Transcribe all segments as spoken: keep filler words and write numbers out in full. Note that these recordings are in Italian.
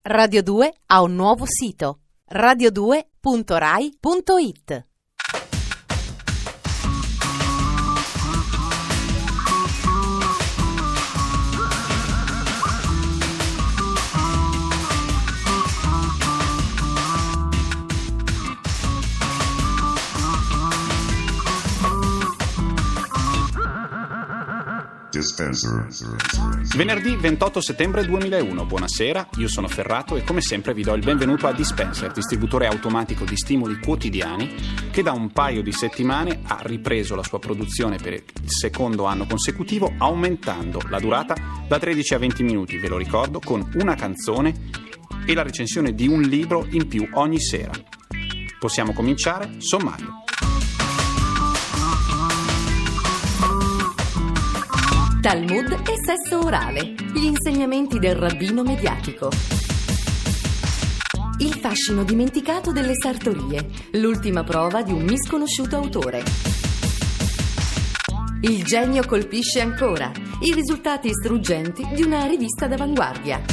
Radio due ha un nuovo sito: radio due punto rai punto it. Venerdì ventotto settembre duemilauno, buonasera, io sono Ferrato e come sempre vi do il benvenuto a Dispenser, distributore automatico di stimoli quotidiani che da un paio di settimane ha ripreso la sua produzione per il secondo anno consecutivo, aumentando la durata da tredici a venti minuti, ve lo ricordo, con una canzone e la recensione di un libro in più ogni sera. Possiamo cominciare? Sommario. Talmud e sesso orale, gli insegnamenti del rabbino mediatico. Il fascino dimenticato delle sartorie, l'ultima prova di un misconosciuto autore. Il genio colpisce ancora, i risultati struggenti di una rivista d'avanguardia.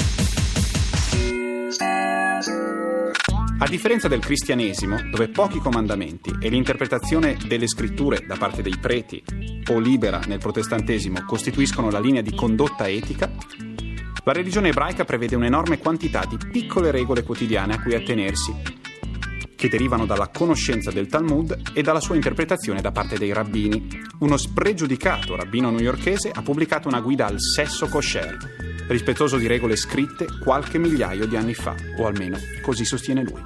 A differenza del cristianesimo, dove pochi comandamenti e l'interpretazione delle scritture da parte dei preti o libera nel protestantesimo costituiscono la linea di condotta etica, la religione ebraica prevede un'enorme quantità di piccole regole quotidiane a cui attenersi, che derivano dalla conoscenza del Talmud e dalla sua interpretazione da parte dei rabbini. Uno spregiudicato rabbino newyorkese ha pubblicato una guida al sesso kosher, rispettoso di regole scritte qualche migliaio di anni fa, o almeno così sostiene lui.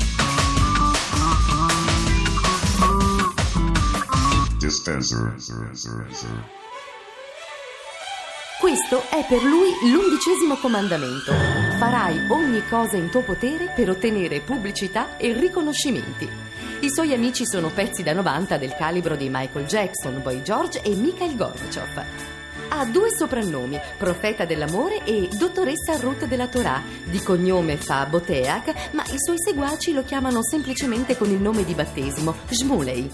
Questo è per lui l'undicesimo comandamento. Farai ogni cosa in tuo potere per ottenere pubblicità e riconoscimenti. I suoi amici sono pezzi da novanta del calibro di Michael Jackson, Boy George e Mikhail Gorbachev. Ha due soprannomi, profeta dell'amore e dottoressa Ruth della Torah. Di cognome fa Boteach, ma i suoi seguaci lo chiamano semplicemente con il nome di battesimo, Shmuley.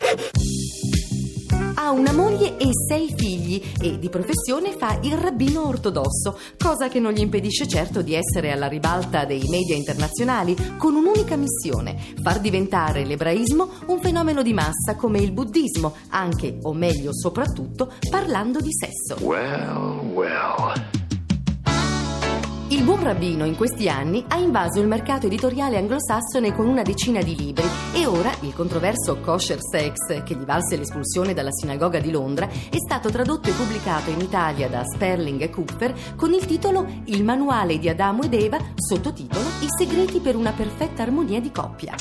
Ha una moglie e sei figli e di professione fa il rabbino ortodosso, cosa che non gli impedisce certo di essere alla ribalta dei media internazionali con un'unica missione: far diventare l'ebraismo un fenomeno di massa come il buddismo, anche, o meglio soprattutto, parlando di sesso. Well, well. Il buon rabbino in questi anni ha invaso il mercato editoriale anglosassone con una decina di libri e ora il controverso Kosher Sex, che gli valse l'espulsione dalla sinagoga di Londra, è stato tradotto e pubblicato in Italia da Sperling e Kupfer con il titolo Il manuale di Adamo ed Eva, sottotitolo I segreti per una perfetta armonia di coppia.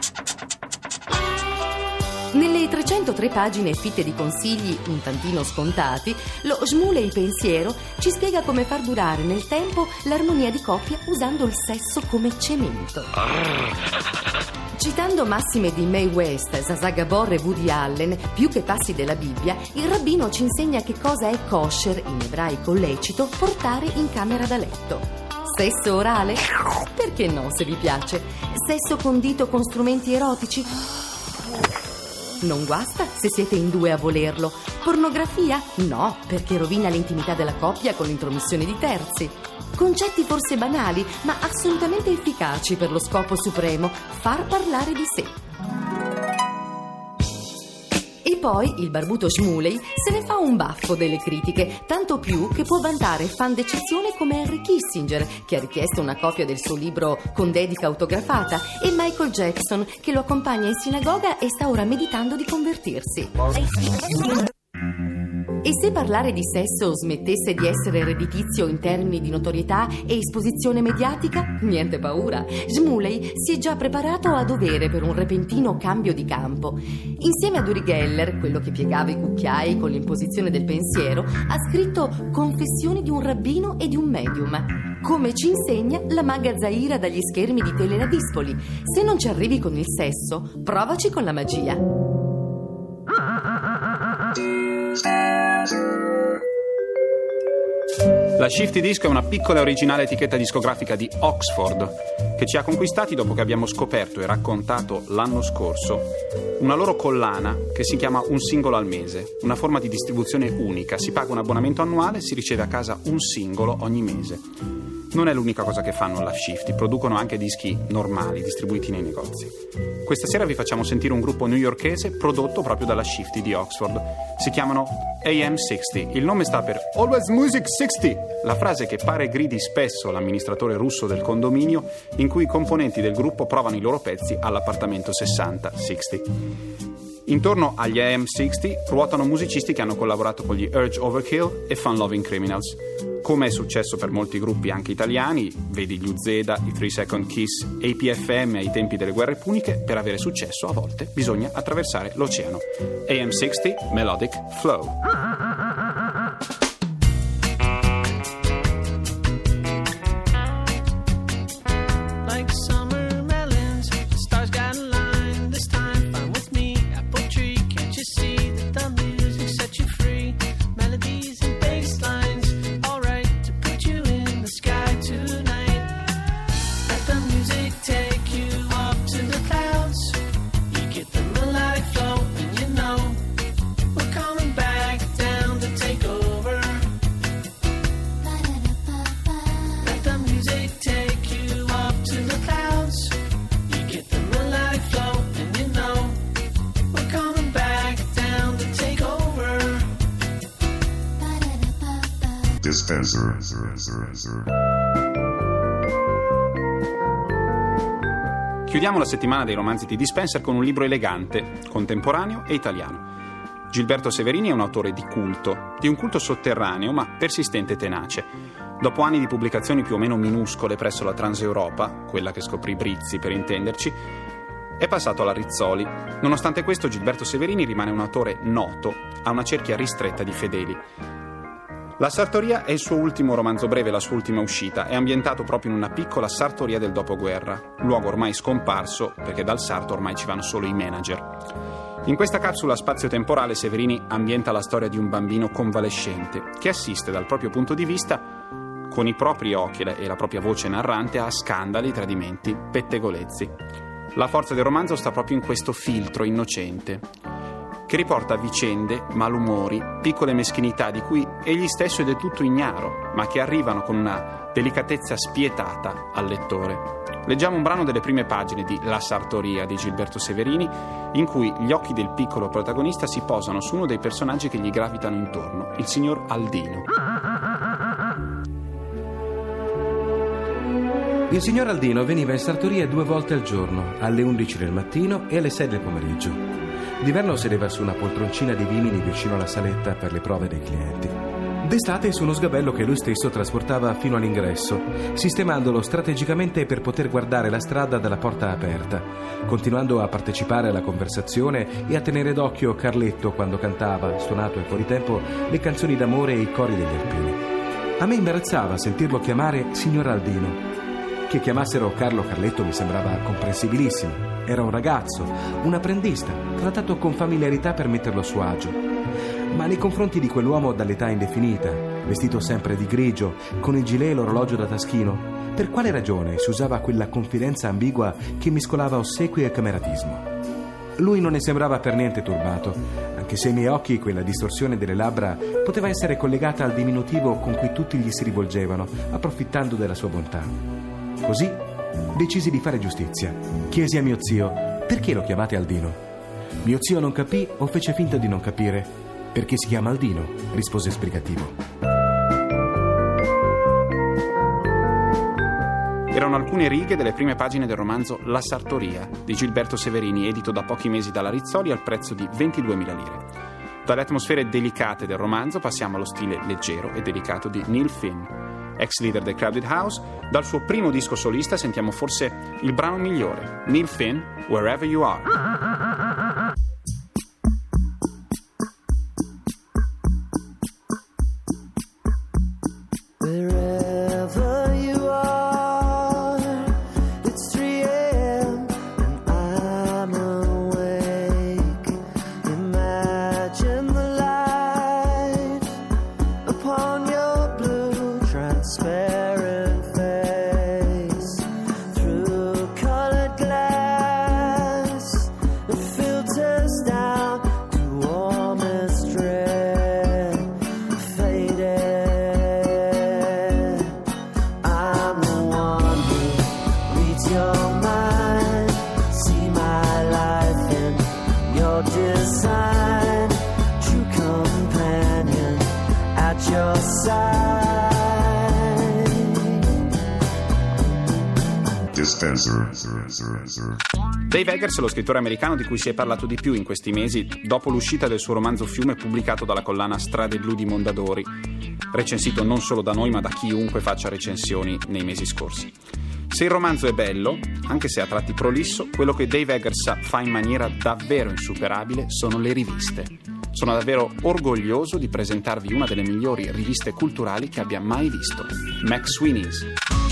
Nelle trecentotré pagine fitte di consigli un tantino scontati, lo Shmuley pensiero ci spiega come far durare nel tempo l'armonia di coppia usando il sesso come cemento. Citando massime di Mae West, Zsa Gabor e Woody Allen, più che passi della Bibbia, il rabbino ci insegna che cosa è kosher, in ebraico lecito, portare in camera da letto. Sesso orale? Perché no, se vi piace? Sesso condito con strumenti erotici? Non guasta se siete in due a volerlo. Pornografia? No, perché rovina l'intimità della coppia con l'intromissione di terzi. Concetti forse banali, ma assolutamente efficaci per lo scopo supremo: far parlare di sé. E poi il barbuto Shmuley se ne fa un baffo delle critiche, tanto più che può vantare fan d'eccezione come Henry Kissinger, che ha richiesto una copia del suo libro con dedica autografata, e Michael Jackson, che lo accompagna in sinagoga e sta ora meditando di convertirsi. E se parlare di sesso smettesse di essere redditizio in termini di notorietà e esposizione mediatica, niente paura. Shmuley si è già preparato a dovere per un repentino cambio di campo. Insieme ad Uri Geller, quello che piegava i cucchiai con l'imposizione del pensiero, ha scritto Confessioni di un rabbino e di un medium. Come ci insegna la maga Zaira dagli schermi di Teleradispoli. Se non ci arrivi con il sesso, provaci con la magia. La Shifty Disco è una piccola e originale etichetta discografica di Oxford che ci ha conquistati dopo che abbiamo scoperto e raccontato l'anno scorso una loro collana che si chiama Un singolo al mese, una forma di distribuzione unica. Si paga un abbonamento annuale e si riceve a casa un singolo ogni mese. non è l'unica cosa che fanno alla Shifty, producono anche dischi normali distribuiti nei negozi. Questa sera vi facciamo sentire un gruppo newyorkese prodotto proprio dalla Shifty di Oxford. Si chiamano A M sessanta. Il nome sta per Always Music sessanta, la frase che pare gridi spesso l'amministratore russo del condominio in cui i componenti del gruppo provano i loro pezzi all'appartamento sessanta, sessanta. Intorno agli A M sessanta ruotano musicisti che hanno collaborato con gli Urge Overkill e Fun Loving Criminals. Come è successo per molti gruppi anche italiani, vedi gli Uzeda, i Three Second Kiss e i P F M ai tempi delle guerre puniche, per avere successo a volte bisogna attraversare l'oceano. A M sessanta Melodic Flow. Dispenser. Chiudiamo la settimana dei romanzi di Dispenser con un libro elegante, contemporaneo e italiano. Gilberto Severini è un autore di culto, di un culto sotterraneo ma persistente e tenace. Dopo anni di pubblicazioni più o meno minuscole presso la Transeuropa, quella che scoprì Brizzi per intenderci, è passato alla Rizzoli. Nonostante questo, Gilberto Severini rimane un autore noto, ha una cerchia ristretta di fedeli. La Sartoria è il suo ultimo romanzo breve, la sua ultima uscita. È ambientato proprio in una piccola sartoria del dopoguerra, luogo ormai scomparso perché dal sarto ormai ci vanno solo i manager. In questa capsula spazio-temporale Severini ambienta la storia di un bambino convalescente che assiste dal proprio punto di vista, con i propri occhi e la propria voce narrante, a scandali, tradimenti, pettegolezzi. La forza del romanzo sta proprio in questo filtro innocente che riporta vicende, malumori, piccole meschinità di cui egli stesso è del tutto ignaro, ma che arrivano con una delicatezza spietata al lettore. Leggiamo un brano delle prime pagine di La Sartoria di Gilberto Severini, in cui gli occhi del piccolo protagonista si posano su uno dei personaggi che gli gravitano intorno, il signor Aldino. Il signor Aldino veniva in sartoria due volte al giorno, alle undici del mattino e alle sei del pomeriggio. D'inverno sedeva su una poltroncina di vimini vicino alla saletta per le prove dei clienti. D'estate su uno sgabello che lui stesso trasportava fino all'ingresso, sistemandolo strategicamente per poter guardare la strada dalla porta aperta, continuando a partecipare alla conversazione e a tenere d'occhio Carletto quando cantava, suonato e fuori tempo, le canzoni d'amore e i cori degli alpini. A me imbarazzava sentirlo chiamare signor Aldino. Che chiamassero Carlo Carletto mi sembrava comprensibilissimo. Era un ragazzo, un apprendista, trattato con familiarità per metterlo a suo agio. Ma nei confronti di quell'uomo dall'età indefinita, vestito sempre di grigio, con il gilet e l'orologio da taschino, per quale ragione si usava quella confidenza ambigua che mescolava ossequio e cameratismo? Lui non ne sembrava per niente turbato, anche se ai miei occhi quella distorsione delle labbra poteva essere collegata al diminutivo con cui tutti gli si rivolgevano, approfittando della sua bontà. Così decisi di fare giustizia. Chiesi a mio zio: perché lo chiamate Aldino? Mio zio non capì o fece finta di non capire. Perché si chiama Aldino, rispose sbrigativo. Erano alcune righe delle prime pagine del romanzo La Sartoria di Gilberto Severini, edito da pochi mesi dalla Rizzoli al prezzo di ventiduemila lire. Dalle atmosfere delicate del romanzo passiamo allo stile leggero e delicato di Neil Finn, ex leader del Crowded House. Dal suo primo disco solista sentiamo forse il brano migliore, Neil Finn, Wherever You Are. Dispenser. Dave Eggers è lo scrittore americano di cui si è parlato di più in questi mesi dopo l'uscita del suo romanzo Fiume pubblicato dalla collana Strade Blu di Mondadori, recensito non solo da noi ma da chiunque faccia recensioni nei mesi scorsi. Se il romanzo è bello, anche se a tratti prolisso, quello che Dave Eggers fa in maniera davvero insuperabile sono le riviste. Sono davvero orgoglioso di presentarvi una delle migliori riviste culturali che abbia mai visto, McSweeney's.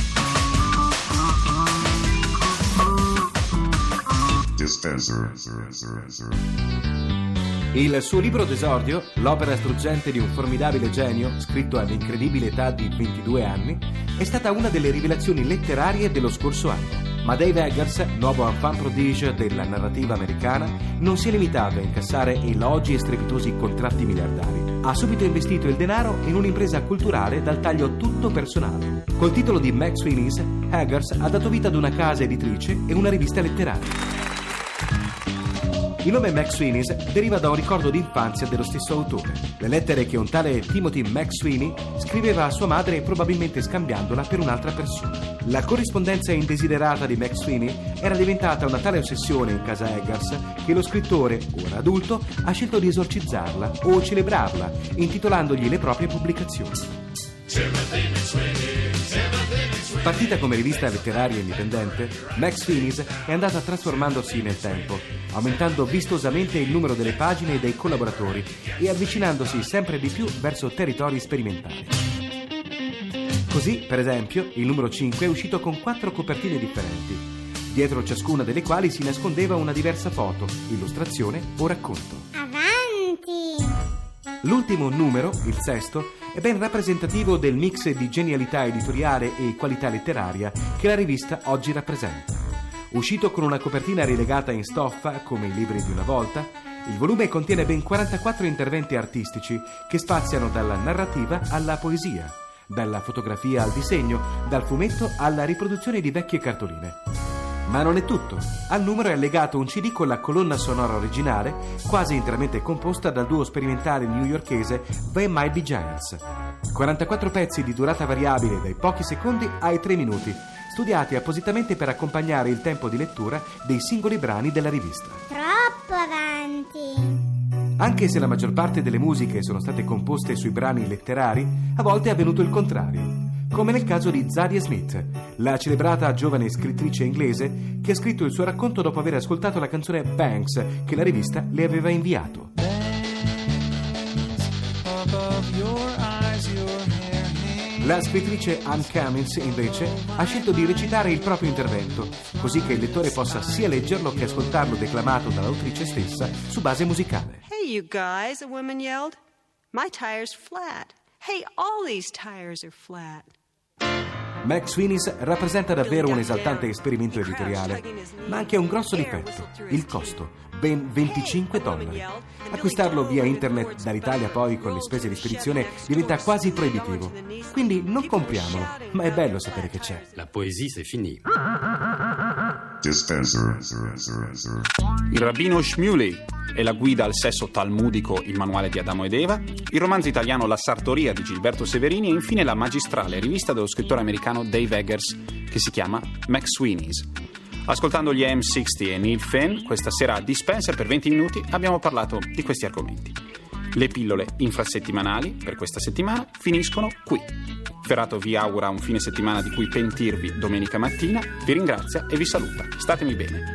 Il suo libro d'esordio, l'opera struggente di un formidabile genio, scritto all'incredibile età di ventidue anni, è stata una delle rivelazioni letterarie dello scorso anno. Ma Dave Eggers, nuovo enfant prodige della narrativa americana, non si è limitato a incassare elogi e strepitosi contratti miliardari. Ha subito investito il denaro in un'impresa culturale dal taglio tutto personale. Col titolo di McSweeney's, Eggers ha dato vita ad una casa editrice e una rivista letteraria. Il nome McSweeney's deriva da un ricordo d'infanzia dello stesso autore. Le lettere che un tale Timothy McSweeney scriveva a sua madre, probabilmente scambiandola per un'altra persona. La corrispondenza indesiderata di McSweeney era diventata una tale ossessione in casa Eggers che lo scrittore, ora adulto, ha scelto di esorcizzarla o celebrarla, intitolandogli le proprie pubblicazioni. Partita come rivista letteraria indipendente, McSweeney's è andata trasformandosi nel tempo, aumentando vistosamente il numero delle pagine e dei collaboratori e avvicinandosi sempre di più verso territori sperimentali. Così, per esempio, il numero cinque è uscito con quattro copertine differenti, dietro ciascuna delle quali si nascondeva una diversa foto, illustrazione o racconto. Avanti! L'ultimo numero, il sesto, è ben rappresentativo del mix di genialità editoriale e qualità letteraria che la rivista oggi rappresenta. Uscito con una copertina rilegata in stoffa, come i libri di una volta, il volume contiene ben quarantaquattro interventi artistici che spaziano dalla narrativa alla poesia, dalla fotografia al disegno, dal fumetto alla riproduzione di vecchie cartoline. Ma non è tutto. Al numero è allegato un C D con la colonna sonora originale, quasi interamente composta dal duo sperimentale newyorkese They Might Be Giants. quarantaquattro pezzi di durata variabile dai pochi secondi ai tre minuti, studiati appositamente per accompagnare il tempo di lettura dei singoli brani della rivista. Troppo avanti! Anche se la maggior parte delle musiche sono state composte sui brani letterari, a volte è avvenuto il contrario. Come nel caso di Zadie Smith, la celebrata giovane scrittrice inglese che ha scritto il suo racconto dopo aver ascoltato la canzone Banks che la rivista le aveva inviato. La scrittrice Anne Cummins, invece, ha scelto di recitare il proprio intervento, così che il lettore possa sia leggerlo che ascoltarlo declamato dall'autrice stessa su base musicale. Hey, you guys, a woman yelled. My tire's flat. Hey, all these tires are flat. McSweeney's rappresenta davvero un esaltante esperimento editoriale, ma anche un grosso difetto, il costo, ben venticinque dollari. Acquistarlo via internet dall'Italia poi con le spese di spedizione diventa quasi proibitivo. Quindi non compriamolo, ma è bello sapere che c'è. La poesia c'est fini. Il rabbino Shmuley e la guida al sesso talmudico, il manuale di Adamo ed Eva, il romanzo italiano La Sartoria di Gilberto Severini e infine la magistrale rivista dello scrittore americano Dave Eggers che si chiama McSweeney's. Ascoltando gli M sessanta e Neil Finn, questa sera a Dispenser per venti minuti abbiamo parlato di questi argomenti. Le pillole infrasettimanali per questa settimana finiscono qui. Ferrato vi augura un fine settimana di cui pentirvi domenica mattina, vi ringrazia e vi saluta. Statemi bene.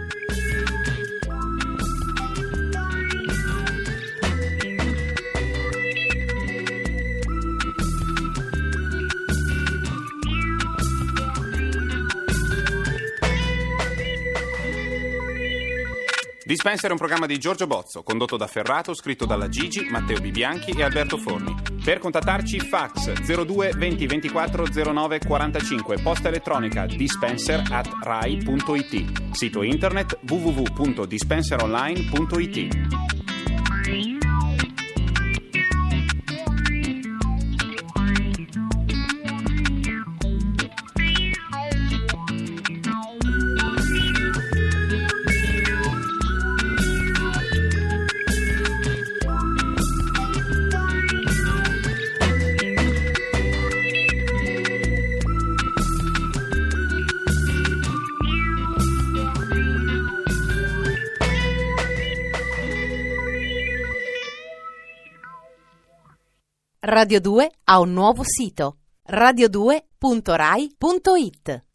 Dispenser è un programma di Giorgio Bozzo, condotto da Ferrato, scritto dalla Gigi, Matteo Bibianchi e Alberto Forni. Per contattarci fax zero due venti ventiquattro zero nove quarantacinque, posta elettronica dispenser at rai punto it, sito internet w w w punto dispenseronline punto it. Radio due ha un nuovo sito: radio due punto rai punto it.